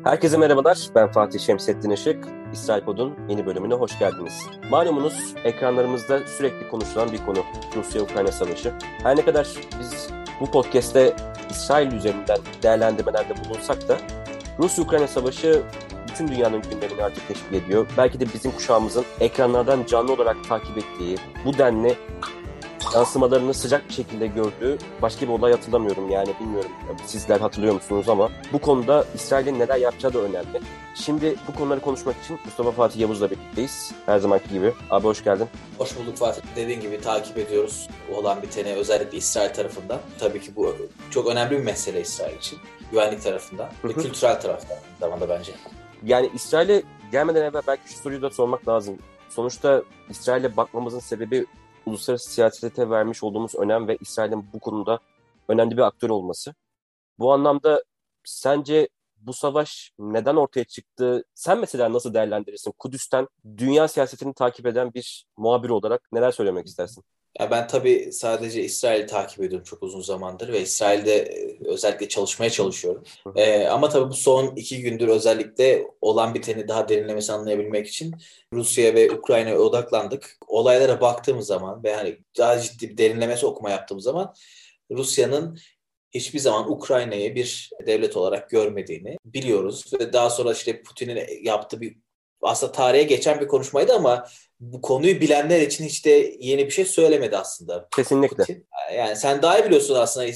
Herkese merhabalar, ben Fatih Şemsettin Işık. İsrail Pod'un yeni bölümüne hoş geldiniz. Malumunuz ekranlarımızda sürekli konuşulan bir konu, Rusya-Ukrayna savaşı. Her ne kadar biz bu podcast'te İsrail üzerinden değerlendirmelerde bulunsak da Rusya-Ukrayna savaşı bütün dünyanın gündemini artık teşkil ediyor. Belki de bizim kuşağımızın ekranlardan canlı olarak takip ettiği, bu denli yansımalarını sıcak bir şekilde gördüğü başka bir olay hatırlamıyorum, yani bilmiyorum sizler hatırlıyor musunuz, ama bu konuda İsrail'in neler yapacağı da önemli. Şimdi bu konuları konuşmak için Mustafa Fatih Yavuz'la birlikteyiz. Her zamanki gibi. Abi hoş geldin. Hoş bulduk Fatih. Dediğin gibi takip ediyoruz olan biteni, özellikle İsrail tarafından. Tabii ki bu çok önemli bir mesele İsrail için. Güvenlik tarafından ve kültürel taraftan zamanda bence. Yani İsrail'e gelmeden evvel belki şu soruyu da sormak lazım. Sonuçta İsrail'e bakmamızın sebebi uluslararası siyasete vermiş olduğumuz önem ve İsrail'in bu konuda önemli bir aktör olması. Bu anlamda sence bu savaş neden ortaya çıktı? Sen mesela nasıl değerlendirirsin? Kudüs'ten dünya siyasetini takip eden bir muhabir olarak neler söylemek istersin? Ya ben tabii sadece İsrail'i takip ediyorum çok uzun zamandır ve İsrail'de özellikle çalışmaya çalışıyorum. Hı hı. Ama tabii bu son 2 gündür özellikle olan biteni daha derinlemesine anlayabilmek için Rusya ve Ukrayna'ya odaklandık. Olaylara baktığımız zaman ve hani daha ciddi bir derinlemesi okuma yaptığımız zaman Rusya'nın hiçbir zaman Ukrayna'yı bir devlet olarak görmediğini biliyoruz. Ve daha sonra işte Putin'in yaptığı bir aslında tarihe geçen bir konuşmaydı ama bu konuyu bilenler için hiç de yeni bir şey söylemedi aslında Kesinlikle. Putin. Yani sen daha iyi biliyorsun aslında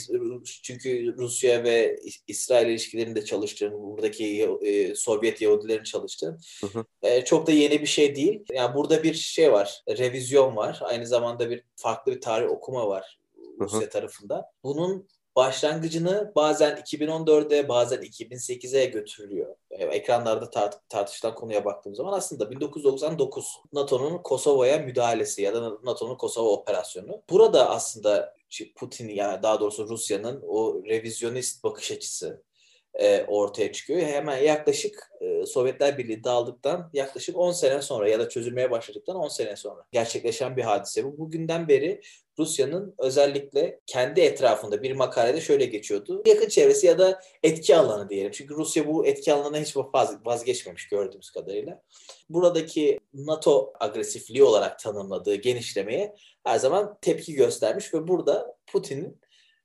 çünkü Rusya ve İsrail ilişkilerinde çalıştığın, buradaki Sovyet Yahudilerin çalıştığın Hı hı. çok da yeni bir şey değil. Yani burada bir şey var, revizyon var. Aynı zamanda bir farklı bir tarih okuma var Hı hı. Rusya tarafında. Bunun başlangıcını bazen 2014'e bazen 2008'e götürülüyor. Ekranlarda tartışılan konuya baktığım zaman aslında 1999 NATO'nun Kosova'ya müdahalesi ya da NATO'nun Kosova operasyonu. Burada aslında Putin, yani daha doğrusu Rusya'nın o revizyonist bakış açısı ortaya çıkıyor. Hemen yaklaşık Sovyetler Birliği dağıldıktan yaklaşık 10 sene sonra ya da çözülmeye başladıktan 10 sene sonra gerçekleşen bir hadise bu. Bugünden beri Rusya'nın özellikle kendi etrafında bir makalede şöyle geçiyordu. Yakın çevresi ya da etki alanı diyelim. Çünkü Rusya bu etki alanına hiç vazgeçmemiş gördüğümüz kadarıyla. Buradaki NATO agresifliği olarak tanımladığı genişlemeye her zaman tepki göstermiş ve burada Putin'in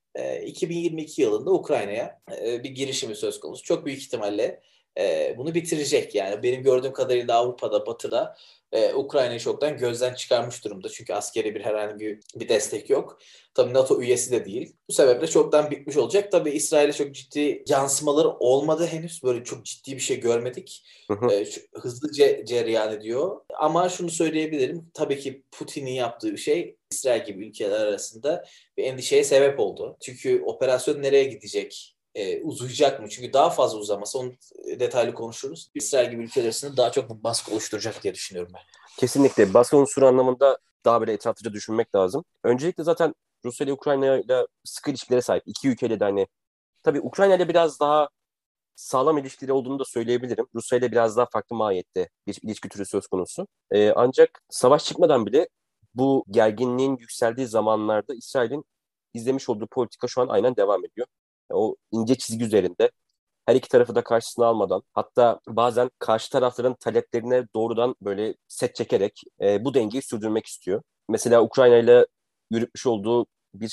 2022 yılında Ukrayna'ya bir girişimi söz konusu. Çok büyük ihtimalle bunu bitirecek. Yani benim gördüğüm kadarıyla Avrupa'da, Batı'da Ukrayna'yı çoktan gözden çıkarmış durumda. Çünkü askeri herhangi bir destek yok. Tabii NATO üyesi de değil. Bu sebeple çoktan bitmiş olacak. Tabii İsrail'e çok ciddi yansımaları olmadı henüz. Böyle çok ciddi bir şey görmedik. Hı hı. Hızlı cereyan ediyor. Ama şunu söyleyebilirim. Tabii ki Putin'in yaptığı bir şey İsrail gibi ülkeler arasında bir endişeye sebep oldu. Çünkü operasyon nereye gidecek? Uzayacak mı? Çünkü daha fazla uzaması, onu detaylı konuşuruz. İsrail gibi ülkeler arasında daha çok baskı oluşturacak diye düşünüyorum ben. Kesinlikle. Baskı unsuru anlamında daha böyle etraflıca düşünmek lazım. Öncelikle zaten Rusya ile Ukrayna ile sıkı ilişkilere sahip. İki ülkeyle de hani tabii Ukrayna ile biraz daha sağlam ilişkileri olduğunu da söyleyebilirim. Rusya ile biraz daha farklı mahiyette bir ilişki türü söz konusu. Ancak savaş çıkmadan bile bu gerginliğin yükseldiği zamanlarda İsrail'in izlemiş olduğu politika şu an aynen devam ediyor. O ince çizgi üzerinde her iki tarafı da karşısına almadan, hatta bazen karşı tarafların taleplerine doğrudan böyle set çekerek bu dengeyi sürdürmek istiyor. Mesela Ukrayna ile yürütmüş olduğu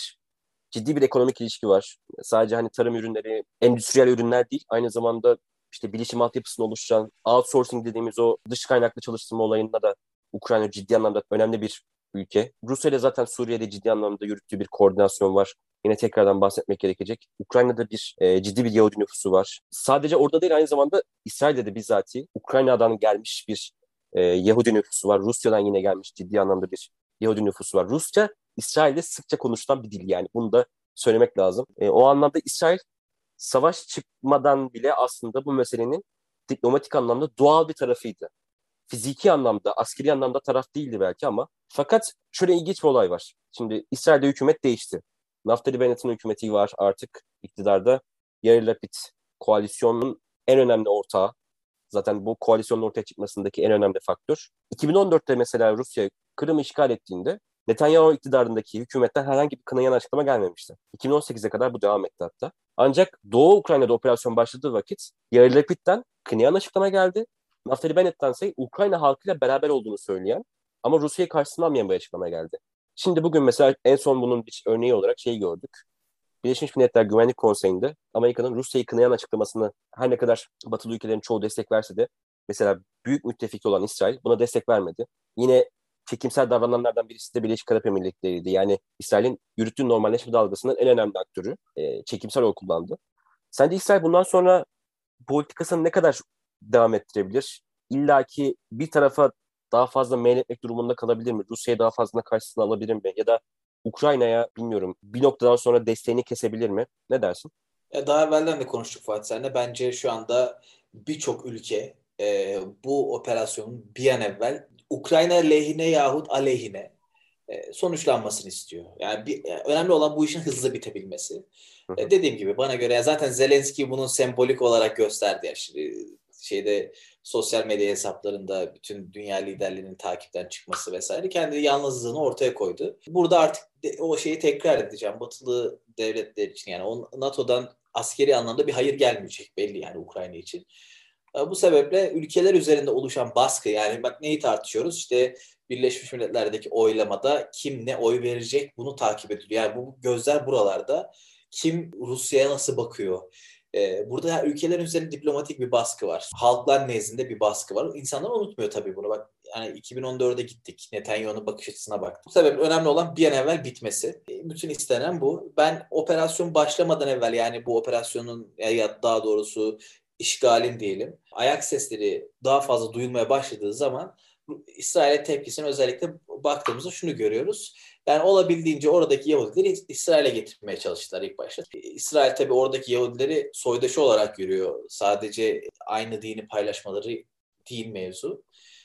ciddi bir ekonomik ilişki var. Sadece hani tarım ürünleri, endüstriyel ürünler değil, aynı zamanda işte bilişim altyapısını oluşturan outsourcing dediğimiz o dış kaynaklı çalıştırma olayında da Ukrayna ciddi anlamda önemli bir ülke. Rusya ile zaten Suriye'de ciddi anlamda yürüttüğü bir koordinasyon var. Yine tekrardan bahsetmek gerekecek. Ukrayna'da ciddi bir Yahudi nüfusu var. Sadece orada değil, aynı zamanda İsrail'de de bizzati Ukrayna'dan gelmiş bir Yahudi nüfusu var. Rusya'dan yine gelmiş ciddi anlamda bir Yahudi nüfusu var. Rusça İsrail'de sıkça konuşulan bir dil, yani bunu da söylemek lazım. O anlamda İsrail savaş çıkmadan bile aslında bu meselenin diplomatik anlamda doğal bir tarafıydı. Fiziki anlamda, askeri anlamda taraf değildi belki, ama fakat şöyle ilginç bir olay var. Şimdi İsrail'de hükümet değişti. Naftali Bennett'in hükümeti var artık iktidarda. Yair Lapid koalisyonun en önemli ortağı. Zaten bu koalisyonun ortaya çıkmasındaki en önemli faktör. 2014'te mesela Rusya Kırım'ı işgal ettiğinde Netanyahu iktidarındaki hükümetten herhangi bir kınayan açıklama gelmemişti. 2018'e kadar bu devam etti hatta. Ancak Doğu Ukrayna'da operasyon başladığı vakit Yair Lapid'den kınayan açıklama geldi. Naftali Bennett'ten ise Ukrayna halkıyla beraber olduğunu söyleyen ama Rusya'yı karşısına almayan bir açıklama geldi. Şimdi bugün mesela en son bunun bir örneği olarak şeyi gördük. Birleşmiş Milletler Güvenlik Konseyi'nde Amerika'nın Rusya'yı kınayan açıklamasını her ne kadar Batılı ülkelerin çoğu destek verse de mesela büyük müttefiki olan İsrail buna destek vermedi. Yine çekimsel davrananlardan birisi de Birleşik Arap Emirlikleri'ydi. Yani İsrail'in yürüttüğü normalleşme dalgasının en önemli aktörü. Çekimsel rol kullandı. Sence İsrail bundan sonra politikasını ne kadar devam ettirebilir? İlla ki bir tarafa daha fazla meyletmek durumunda kalabilir mi? Rusya'ya daha fazla karşısına alabilir mi? Ya da Ukrayna'ya bilmiyorum bir noktadan sonra desteğini kesebilir mi? Ne dersin? Daha evvelden de konuştuk Fatih seninle. Bence şu anda birçok ülke bu operasyonun bir an evvel Ukrayna lehine yahut aleyhine sonuçlanmasını istiyor. Yani önemli olan bu işin hızlı bitebilmesi. Hı hı. Dediğim gibi bana göre zaten Zelenski bunun sembolik olarak gösterdi. Yani şimdi şeyde sosyal medya hesaplarında bütün dünya liderlerinin takipten çıkması vesaire kendi yalnızlığını ortaya koydu. Burada artık o şeyi tekrar edeceğim. Batılı devletler için yani NATO'dan askeri anlamda bir hayır gelmeyecek belli yani Ukrayna için. Bu sebeple ülkeler üzerinde oluşan baskı yani bak neyi tartışıyoruz? İşte Birleşmiş Milletler'deki oylamada kim ne oy verecek bunu takip ediliyor. Yani bu gözler buralarda. Kim Rusya'ya nasıl bakıyor? Burada ülkelerin üzerinde diplomatik bir baskı var. Halklar nezdinde bir baskı var. İnsanlar unutmuyor tabii bunu. Bak yani 2014'e gittik. Netanyahu'nun bakış açısına baktık. Bu sebeple önemli olan bir an evvel bitmesi. Bütün istenen bu. Ben operasyon başlamadan evvel yani bu operasyonun ya daha doğrusu işgalin diyelim. Ayak sesleri daha fazla duyulmaya başladığı zaman İsrail'e tepkisini özellikle baktığımızda şunu görüyoruz. Yani olabildiğince oradaki Yahudileri İsrail'e getirmeye çalıştılar ilk başta. İsrail tabii oradaki Yahudileri soydaşı olarak görüyor. Sadece aynı dini paylaşmaları değil mevzu.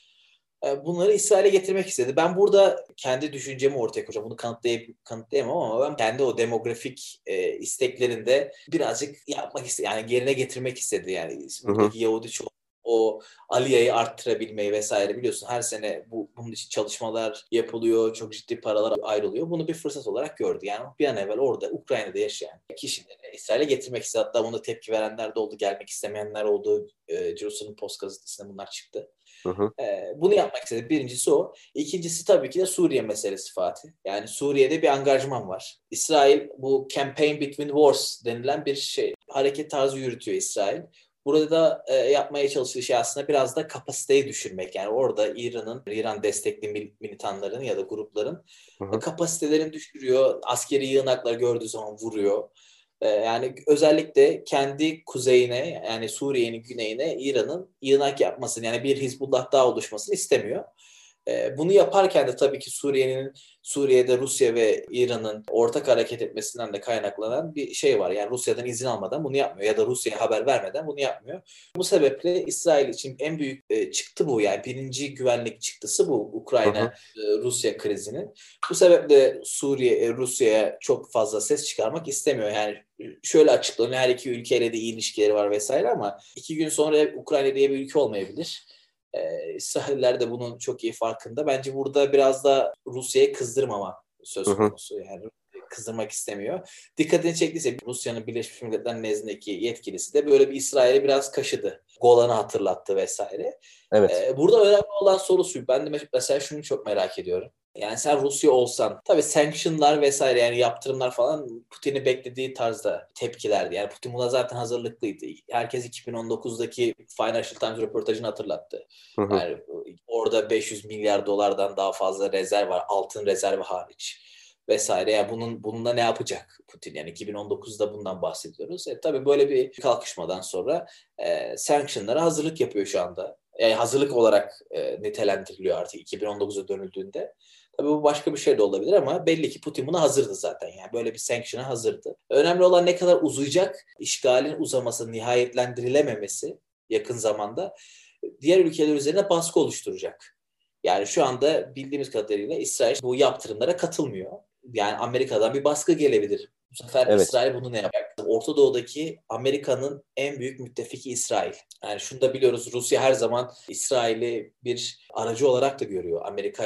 Bunları İsrail'e getirmek istedi. Ben burada kendi düşüncemi ortaya koyacağım. Bunu kanıtlayamam ama ben kendi o demografik isteklerinde birazcık yapmak istedi. Yani yerine getirmek istedi. Yani Hı hı. buradaki Yahudi çok o aliyayı arttırabilmeyi vesaire biliyorsun. Her sene bunun için çalışmalar yapılıyor. Çok ciddi paralar ayrılıyor. Bunu bir fırsat olarak gördü. Yani bir an evvel orada Ukrayna'da yaşayan kişileri İsrail'e getirmek istedi. Hatta buna tepki verenler de oldu. Gelmek istemeyenler oldu. Jerusalem Post gazetesinde bunlar çıktı. Hı hı. Bunu yapmak istedi. Birincisi o. İkincisi tabii ki de Suriye meselesi Fatih. Yani Suriye'de bir angajman var. İsrail bu Campaign Between Wars denilen bir hareket tarzı yürütüyor İsrail. Burada da yapmaya çalıştığı şey aslında biraz da kapasiteyi düşürmek. Yani orada İran destekli militanların ya da grupların Hı hı. kapasitelerini düşürüyor. Askeri yığınaklar gördüğü zaman vuruyor. Yani özellikle kendi kuzeyine yani Suriye'nin güneyine İran'ın yığınak yapmasını yani bir Hizbullah daha oluşmasını istemiyor. Bunu yaparken de tabii ki Suriye'de Rusya ve İran'ın ortak hareket etmesinden de kaynaklanan bir şey var. Yani Rusya'dan izin almadan bunu yapmıyor ya da Rusya'ya haber vermeden bunu yapmıyor. Bu sebeple İsrail için en büyük çıktı bu yani birinci güvenlik çıktısı bu Hı hı. Ukrayna-Rusya krizinin. Bu sebeple Rusya'ya çok fazla ses çıkarmak istemiyor. Yani şöyle açıklanıyor her iki ülkeyle de iyi ilişkileri var vesaire ama 2 gün sonra Ukrayna diye bir ülke olmayabilir. İsrailler de bunun çok iyi farkında. Bence burada biraz da Rusya'yı kızdırmama Hı söz hı. konusu. Yani kızdırmak istemiyor. Dikkatini çektiyse Rusya'nın Birleşmiş Milletler nezdindeki yetkilisi de böyle bir İsrail'i biraz kaşıdı. Golan'ı hatırlattı vesaire. Evet. Burada önemli olan soru şu. Ben de mesela şunu çok merak ediyorum. Yani sen Rusya olsan tabii sanctionlar vesaire yani yaptırımlar falan Putin'i beklediği tarzda tepkilerdi. Yani Putin buna zaten hazırlıklıydı. Herkes 2019'daki Financial Times röportajını hatırlattı. Hı hı. Yani orada 500 milyar dolardan daha fazla rezerv var. Altın rezervi hariç vesaire. Yani bununla ne yapacak Putin? Yani 2019'da bundan bahsediyoruz. Tabii böyle bir kalkışmadan sonra sanctionlara hazırlık yapıyor şu anda. Yani hazırlık olarak nitelendiriliyor artık 2019'a dönüldüğünde. Tabii bu başka bir şey de olabilir ama belli ki Putin buna hazırdı zaten. Yani böyle bir sanction'a hazırdı. Önemli olan ne kadar uzayacak, işgalin uzaması, nihayetlendirilememesi yakın zamanda diğer ülkeler üzerine baskı oluşturacak. Yani şu anda bildiğimiz kadarıyla İsrail bu yaptırımlara katılmıyor. Yani Amerika'dan bir baskı gelebilir. Bu sefer Evet. İsrail bunu ne yapacak? Orta Doğu'daki Amerika'nın en büyük müttefiki İsrail. Yani şunu da biliyoruz Rusya her zaman İsrail'i bir aracı olarak da görüyor Amerika'yla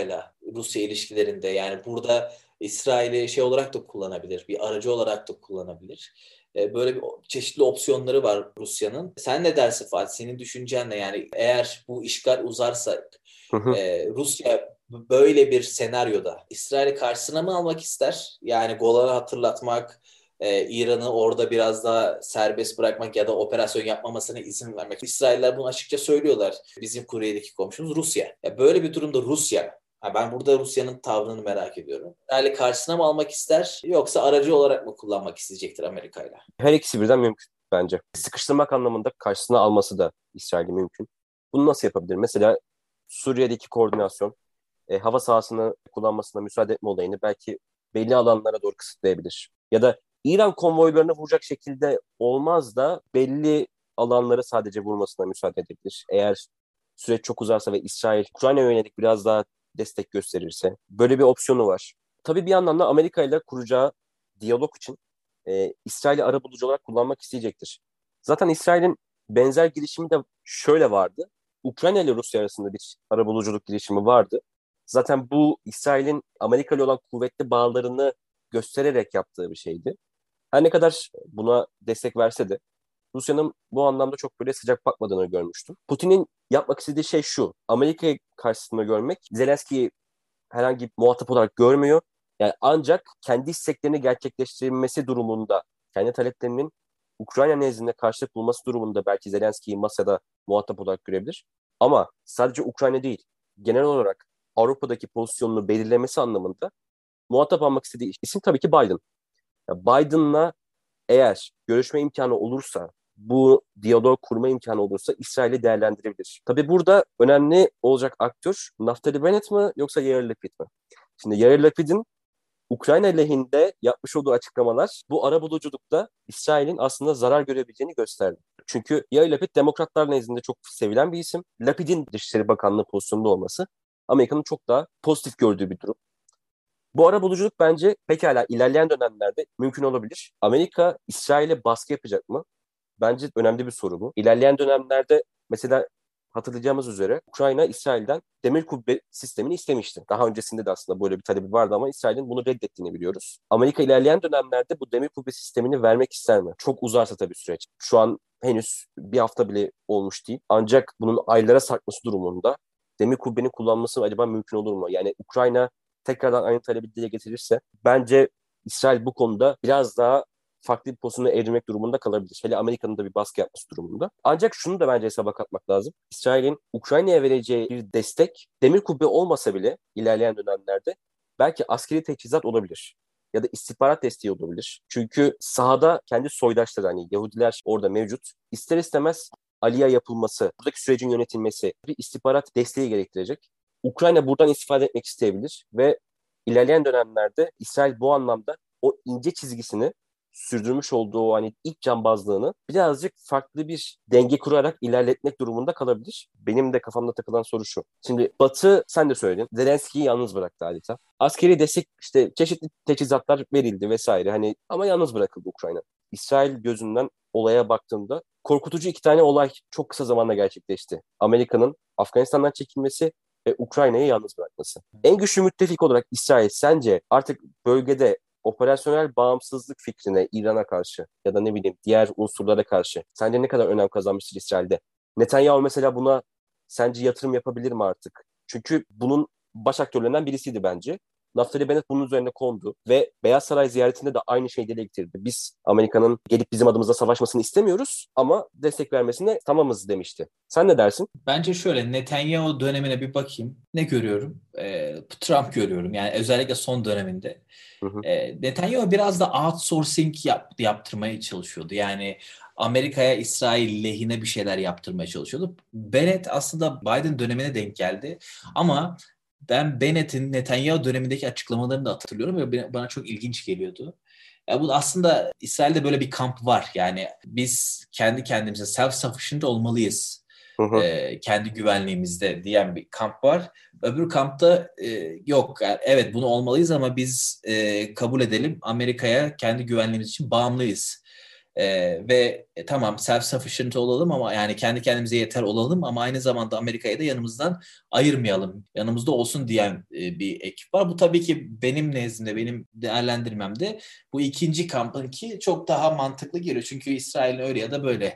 Rusya ilişkilerinde. Yani burada İsrail'i şey olarak da kullanabilir, bir aracı olarak da kullanabilir. Böyle bir çeşitli opsiyonları var Rusya'nın. Sen ne dersin Fatih? Senin düşüncen ne? Yani eğer bu işgal uzarsa Hı hı. Rusya böyle bir senaryoda İsrail'i karşısına mı almak ister? Yani Golan'ı hatırlatmak, İran'ı orada biraz daha serbest bırakmak ya da operasyon yapmamasına izin vermek. İsrailler bunu açıkça söylüyorlar. Bizim Kuriye'deki komşumuz Rusya. Böyle bir durumda Rusya, ben burada Rusya'nın tavrını merak ediyorum. İsrail'i karşısına mı almak ister yoksa aracı olarak mı kullanmak isteyecektir Amerika'yla? Her ikisi birden mümkün bence. Sıkıştırmak anlamında karşısına alması da İsrail'in mümkün. Bunu nasıl yapabilir? Mesela Suriye'deki koordinasyon, hava sahasını kullanmasına müsaade etme olayını belki belli alanlara doğru kısıtlayabilir. Ya da İran konvoylarını vuracak şekilde olmaz da belli alanları sadece vurmasına müsaade edebilir. Eğer süreç çok uzarsa ve İsrail Ukrayna'ya yönelik biraz daha destek gösterirse böyle bir opsiyonu var. Tabii bir yandan da Amerika ile kuracağı diyalog için İsrail'i arabulucu olarak kullanmak isteyecektir. Zaten İsrail'in benzer girişimi de şöyle vardı. Ukrayna ile Rusya arasında bir arabuluculuk girişimi vardı. Zaten bu İsrail'in Amerika ile olan kuvvetli bağlarını göstererek yaptığı bir şeydi. Her ne kadar buna destek verse de Rusya'nın bu anlamda çok böyle sıcak bakmadığını görmüştüm. Putin'in yapmak istediği şey şu: Amerika'yı karşısında görmek. Zelenski'yi herhangi bir muhatap olarak görmüyor. Yani ancak kendi isteklerini gerçekleştirilmesi durumunda, kendi taleplerinin Ukrayna nezdinde karşılık bulması durumunda belki Zelenski'yi masada muhatap olarak görebilir. Ama sadece Ukrayna değil, genel olarak Avrupa'daki pozisyonunu belirlemesi anlamında muhatap almak istediği isim tabii ki Biden. Yani Biden'la eğer görüşme imkanı olursa, bu diyalog kurma imkanı olursa İsrail'i değerlendirebilir. Tabii burada önemli olacak aktör Naftali Bennett mi yoksa Yair Lapid mi? Şimdi Yair Lapid'in Ukrayna lehinde yapmış olduğu açıklamalar bu arabuluculukta İsrail'in aslında zarar görebileceğini gösterdi. Çünkü Yair Lapid demokratlar nezdinde çok sevilen bir isim. Lapid'in Dışişleri Bakanlığı pozisyonunda olması Amerika'nın çok daha pozitif gördüğü bir durum. Bu arabuluculuk bence pekala ilerleyen dönemlerde mümkün olabilir. Amerika İsrail'e baskı yapacak mı? Bence önemli bir soru bu. İlerleyen dönemlerde mesela hatırlayacağımız üzere Ukrayna İsrail'den demir kubbe sistemini istemişti. Daha öncesinde de aslında böyle bir talebi vardı ama İsrail'in bunu reddettiğini biliyoruz. Amerika ilerleyen dönemlerde bu demir kubbe sistemini vermek ister mi? Çok uzarsa tabii süreç. Şu an henüz bir hafta bile olmuş değil. Ancak bunun aylara sarkması durumunda demir kubbenin kullanması acaba mümkün olur mu? Yani Ukrayna tekrardan aynı talebi dile getirirse bence İsrail bu konuda biraz daha farklı bir pozisyona evrilmek durumunda kalabilir. Hele Amerika'nın da bir baskı yapması durumunda. Ancak şunu da bence hesaba katmak lazım. İsrail'in Ukrayna'ya vereceği bir destek demir kubbe olmasa bile ilerleyen dönemlerde belki askeri teçhizat olabilir. Ya da istihbarat desteği olabilir. Çünkü sahada kendi soydaşları hani Yahudiler orada mevcut. İster istemez Aliya yapılması, buradaki sürecin yönetilmesi bir istihbarat desteği gerektirecek. Ukrayna buradan istifade etmek isteyebilir ve ilerleyen dönemlerde İsrail bu anlamda o ince çizgisini sürdürmüş olduğu o hani ilk cambazlığını birazcık farklı bir denge kurarak ilerletmek durumunda kalabilir. Benim de kafamda takılan soru şu. Şimdi Batı sen de söyledin. Zelenski'yi yalnız bıraktı adeta. Askeri destek işte çeşitli teçhizatlar verildi vesaire hani ama yalnız bırakıldı Ukrayna. İsrail gözünden olaya baktığımda korkutucu iki tane olay çok kısa zamanda gerçekleşti. Amerika'nın Afganistan'dan çekilmesi ve Ukrayna'yı yalnız bırakması. En güçlü müttefik olarak İsrail sence artık bölgede operasyonel bağımsızlık fikrine İran'a karşı ya da ne bileyim diğer unsurlara karşı sence ne kadar önem kazanmıştır İsrail'de? Netanyahu mesela buna sence yatırım yapabilir mi artık? Çünkü bunun baş aktörlerinden birisiydi bence. Naftali Bennett bunun üzerine kondu ve Beyaz Saray ziyaretinde de aynı şeyi dile getirdi. Biz Amerika'nın gelip bizim adımıza savaşmasını istemiyoruz ama destek vermesine tamamız demişti. Sen ne dersin? Bence şöyle Netanyahu dönemine bir bakayım. Ne görüyorum? Trump görüyorum. Yani özellikle son döneminde. Hı hı. Netanyahu biraz da outsourcing yaptırmaya çalışıyordu. Yani Amerika'ya İsrail lehine bir şeyler yaptırmaya çalışıyordu. Bennett aslında Biden dönemine denk geldi. Ama ben Bennett'in Netanyahu dönemindeki açıklamalarını da hatırlıyorum ve bana çok ilginç geliyordu. Ya bu aslında İsrail'de böyle bir kamp var. Yani biz kendi kendimize self-sufficient olmalıyız. Hı hı. Kendi güvenliğimizde diyen bir kamp var. Öbür kampta yok. Yani evet bunu olmalıyız ama biz kabul edelim Amerika'ya kendi güvenliğimiz için bağımlıyız Ve tamam self-sufficient olalım ama yani kendi kendimize yeter olalım ama aynı zamanda Amerika'yı da yanımızdan ayırmayalım. Yanımızda olsun diyen bir ekip var. Bu tabii ki benim nezdimde, benim değerlendirmemde bu ikinci kampınki çok daha mantıklı geliyor. Çünkü İsrail'in öyle ya da böyle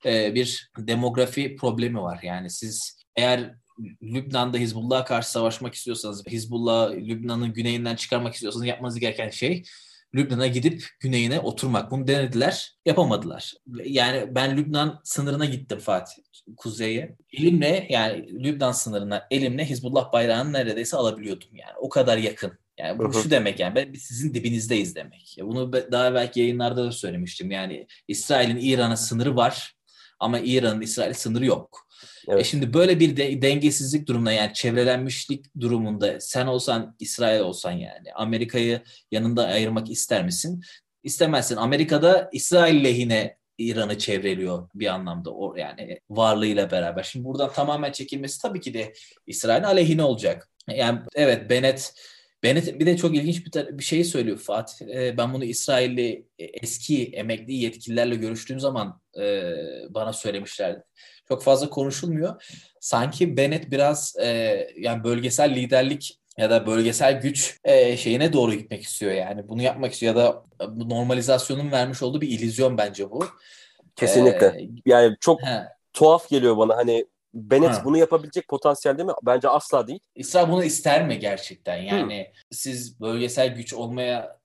bir demografi problemi var. Yani siz eğer Lübnan'da Hizbullah'a karşı savaşmak istiyorsanız, Hizbullah Lübnan'ın güneyinden çıkarmak istiyorsanız yapmanız gereken şey Lübnan'a gidip güneyine oturmak. Bunu denediler, yapamadılar. Yani ben Lübnan sınırına gittim Fatih, kuzeye. Elimle yani Lübnan sınırına elimle Hizbullah bayrağını neredeyse alabiliyordum yani. O kadar yakın. Yani Hı bu hı. şu demek yani biz sizin dibinizdeyiz demek. Bunu daha belki yayınlarda da söylemiştim. Yani İsrail'in İran'a sınırı var ama İran'ın İsrail sınırı yok. Evet. Şimdi böyle bir dengesizlik durumunda yani çevrelenmişlik durumunda sen olsan İsrail olsan yani Amerika'yı yanında ayırmak ister misin? İstemezsin. Amerika'da İsrail lehine İran'ı çevreliyor bir anlamda o yani varlığıyla beraber. Şimdi buradan tamamen çekilmesi tabii ki de İsrail'in aleyhine olacak. Yani evet Bennett bir de çok ilginç bir şey söylüyor Fatih. Ben bunu İsrailli eski emekli yetkililerle görüştüğüm zaman bana söylemişlerdi. Çok fazla konuşulmuyor. Sanki Bennett biraz yani bölgesel liderlik ya da bölgesel güç şeyine doğru gitmek istiyor yani. Bunu yapmak istiyor ya da bu normalizasyonun vermiş olduğu bir illüzyon bence bu. E, Kesinlikle. Yani çok he, tuhaf geliyor bana. Hani Bennett ha. bunu yapabilecek potansiyelde mi? Bence asla değil. İsrail bunu ister mi gerçekten? Hı. Yani siz bölgesel güç olmaya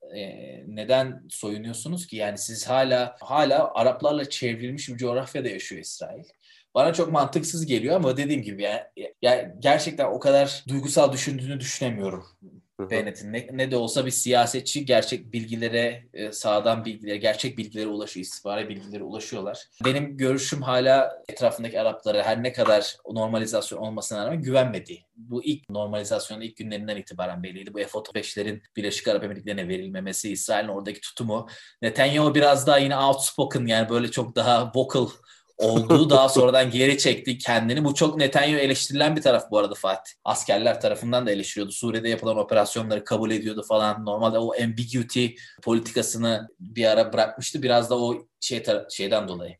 neden soyunuyorsunuz ki? Yani siz hala Araplarla çevrilmiş bir coğrafyada yaşıyor İsrail. Bana çok mantıksız geliyor ama dediğim gibi ya gerçekten o kadar duygusal düşündüğünü düşünemiyorum. Hı hı. Bennett'in ne de olsa bir siyasetçi gerçek bilgilere, sağdan bilgilere, gerçek bilgilere ulaşıyor, istihbari bilgilere ulaşıyorlar. Benim görüşüm hala etrafındaki Araplara her ne kadar o normalizasyon olmasına rağmen güvenmediği. Bu ilk normalizasyonun ilk günlerinden itibaren belliydi. Bu F-35'lerin Birleşik Arap Emirlikleri'ne verilmemesi, İsrail'in oradaki tutumu. Netanyahu biraz daha yine outspoken yani böyle çok daha vocal olduğu daha sonradan geri çekti kendini. Bu çok Netanyahu eleştirilen bir taraf bu arada Fatih. Askerler tarafından da eleştiriyordu. Suriye'de yapılan operasyonları kabul ediyordu falan. Normalde o ambiguity politikasını bir ara bırakmıştı. Biraz da o şeyden dolayı.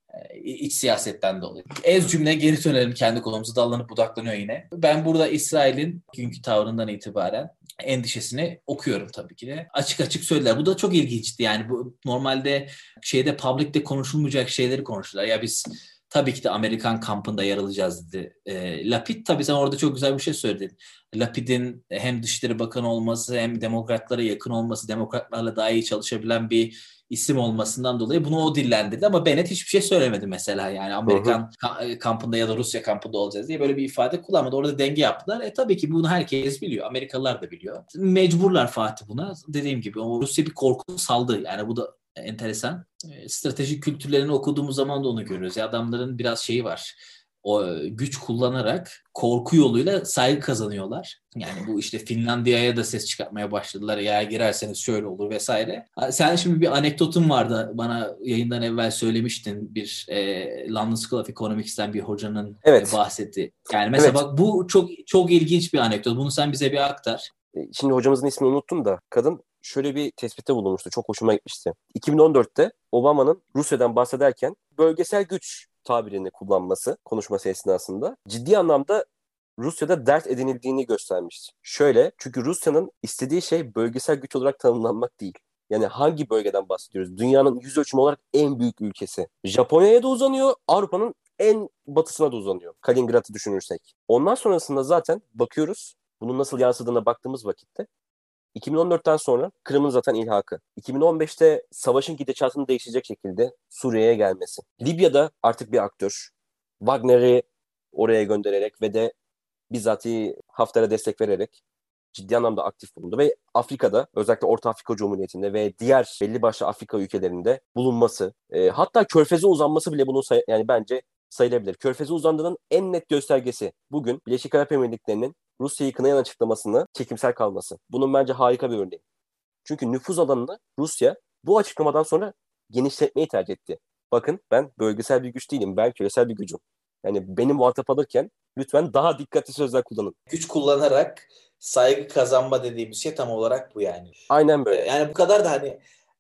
İç siyasetten dolayı. Ez cümle geri dönelim kendi konumuza dallanıp budaklanıyor yine. Ben burada İsrail'in günkü tavrından itibaren endişesini okuyorum tabii ki de. Açık açık söylediler. Bu da çok ilginçti yani. Bu normalde public'te konuşulmayacak şeyleri konuştular. Ya biz tabii ki de Amerikan kampında yer alacağız dedi. Lapid tabii sen orada çok güzel bir şey söyledin. Lapid'in hem Dışişleri Bakanı olması hem demokratlara yakın olması, demokratlarla daha iyi çalışabilen bir isim olmasından dolayı bunu o dillendirdi ama Bennett hiçbir şey söylemedi mesela yani Hı hı. Amerikan kampında ya da Rusya kampında olacağız diye böyle bir ifade kullanmadı. Orada denge yaptılar. Tabii ki bunu herkes biliyor. Amerikalılar da biliyor. Mecburlar Fatih buna. Dediğim gibi o Rusya bir korku saldı. Yani bu da enteresan. Stratejik kültürlerini okuduğumuz zaman da onu görüyoruz. Ya adamların biraz şeyi var. O güç kullanarak korku yoluyla saygı kazanıyorlar. Yani bu işte Finlandiya'ya da ses çıkartmaya başladılar. Ya girerseniz şöyle olur vesaire. Sen şimdi bir anekdotun vardı bana yayından evvel söylemiştin. Bir London School of Economics'ten bir hocanın Evet. bahsetti. Yani mesela Evet. bak bu çok çok ilginç bir anekdot. Bunu sen bize bir aktar. Şimdi hocamızın ismini unuttum da kadın şöyle bir tespitte bulunmuştu. Çok hoşuma gitmişti. 2014'te Obama'nın Rusya'dan bahsederken bölgesel güç tabirini kullanması konuşması esnasında ciddi anlamda Rusya'da dert edinildiğini göstermişti. Şöyle, çünkü Rusya'nın istediği şey bölgesel güç olarak tanımlanmak değil. Yani hangi bölgeden bahsediyoruz? Dünyanın yüz ölçümü olarak en büyük ülkesi. Japonya'ya da uzanıyor, Avrupa'nın en batısına da uzanıyor. Kaliningrad'ı düşünürsek. Ondan sonrasında zaten bakıyoruz, bunun nasıl yansıdığına baktığımız vakitte 2014'ten sonra Kırım'ın zaten ilhakı. 2015'te savaşın gidişatını değişecek şekilde Suriye'ye gelmesi. Libya'da artık bir aktör. Wagner'i oraya göndererek ve de bizzati Hafter'e destek vererek ciddi anlamda aktif bulundu ve Afrika'da özellikle Orta Afrika Cumhuriyeti'nde ve diğer belli başlı Afrika ülkelerinde bulunması hatta Körfez'e uzanması bile bunun yani bence sayılabilir. Körfez'e uzandığının en net göstergesi bugün Birleşik Arap Emirlikleri'nin Rusya'yı kınayan açıklamasını çekimsel kalması. Bunun bence harika bir örneği. Çünkü nüfuz alanını Rusya bu açıklamadan sonra genişletmeyi tercih etti. Bakın ben bölgesel bir güç değilim. Ben küresel bir gücüm. Yani benim muhatap alırken lütfen daha dikkatli sözler kullanın. Güç kullanarak saygı kazanma dediğimiz şey tam olarak bu yani. Aynen böyle. Yani bu kadar da hani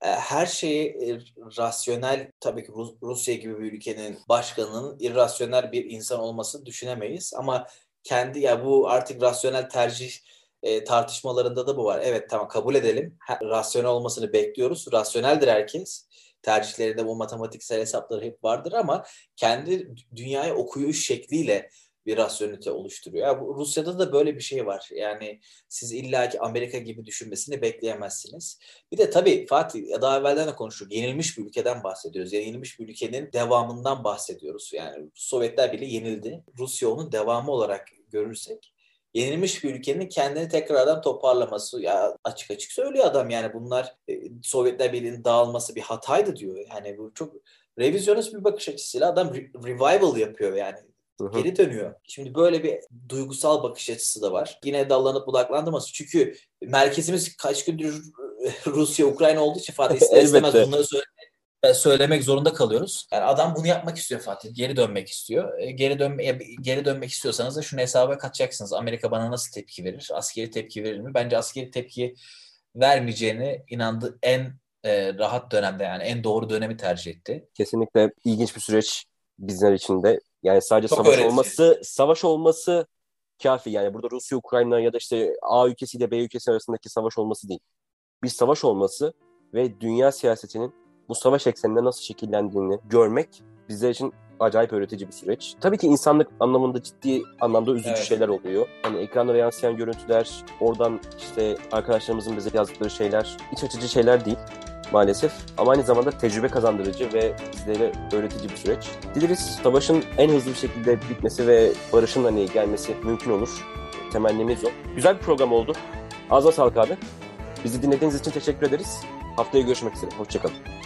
her şeyi rasyonel, tabii ki Rusya gibi bir ülkenin başkanının irrasyonel bir insan olmasını düşünemeyiz. Ama ya bu artık rasyonel tercih tartışmalarında da bu var. Evet, tamam, kabul edelim. Rasyonel olmasını bekliyoruz. Rasyoneldir herkes. Tercihlerinde bu matematiksel hesapları hep vardır ama kendi dünyayı okuyuş şekliyle bir rasyonelite oluşturuyor. Yani Rusya'da da böyle bir şey var. Yani siz illaki Amerika gibi düşünmesini bekleyemezsiniz. Bir de tabii Fatih, daha evvelden de konuştuk. Yenilmiş bir ülkeden bahsediyoruz. Yani yenilmiş bir ülkenin devamından bahsediyoruz. Yani Sovyetler bile yenildi. Rusya onun devamı olarak görürsek, yenilmiş bir ülkenin kendini tekrardan toparlaması, ya açık açık söylüyor adam, yani bunlar Sovyetler Birliği'nin dağılması bir hataydı diyor. Yani bu çok revizyonist bir bakış açısıyla adam revival yapıyor yani. Geri dönüyor. Şimdi böyle bir duygusal bakış açısı da var. Yine dallanıp budaklandırması. Çünkü merkezimiz kaç gündür Rusya, Ukrayna olduğu için Fatih ister istemez bunları söylemek zorunda kalıyoruz. Yani adam bunu yapmak istiyor Fatih. Geri dönmek istiyor. Geri dönmek istiyorsanız da şunu hesaba katacaksınız. Amerika bana nasıl tepki verir? Askeri tepki verir mi? Bence askeri tepki vermeyeceğini inandı. En rahat dönemde, yani en doğru dönemi tercih etti. Kesinlikle ilginç bir süreç bizler için de. Yani sadece çok savaş olması kafi. Yani burada Rusya, Ukrayna ya da işte A ülkesiyle B ülkesi arasındaki savaş olması değil. Bir savaş olması ve dünya siyasetinin bu savaş ekseninde nasıl şekillendiğini görmek bizler için acayip öğretici bir süreç. Tabii ki insanlık anlamında ciddi anlamda üzücü şeyler oluyor. Hani ekranlara yansıyan görüntüler, oradan işte arkadaşlarımızın bize yazdıkları şeyler iç açıcı şeyler değil maalesef. Ama aynı zamanda tecrübe kazandırıcı ve bizlere öğretici bir süreç. Dileriz savaşın en hızlı bir şekilde bitmesi ve barışın gelmesi mümkün olur. Temennimiz o. Güzel bir program oldu. Ağzına sağlık abi. Bizi dinlediğiniz için teşekkür ederiz. Haftaya görüşmek üzere. Hoşçakalın.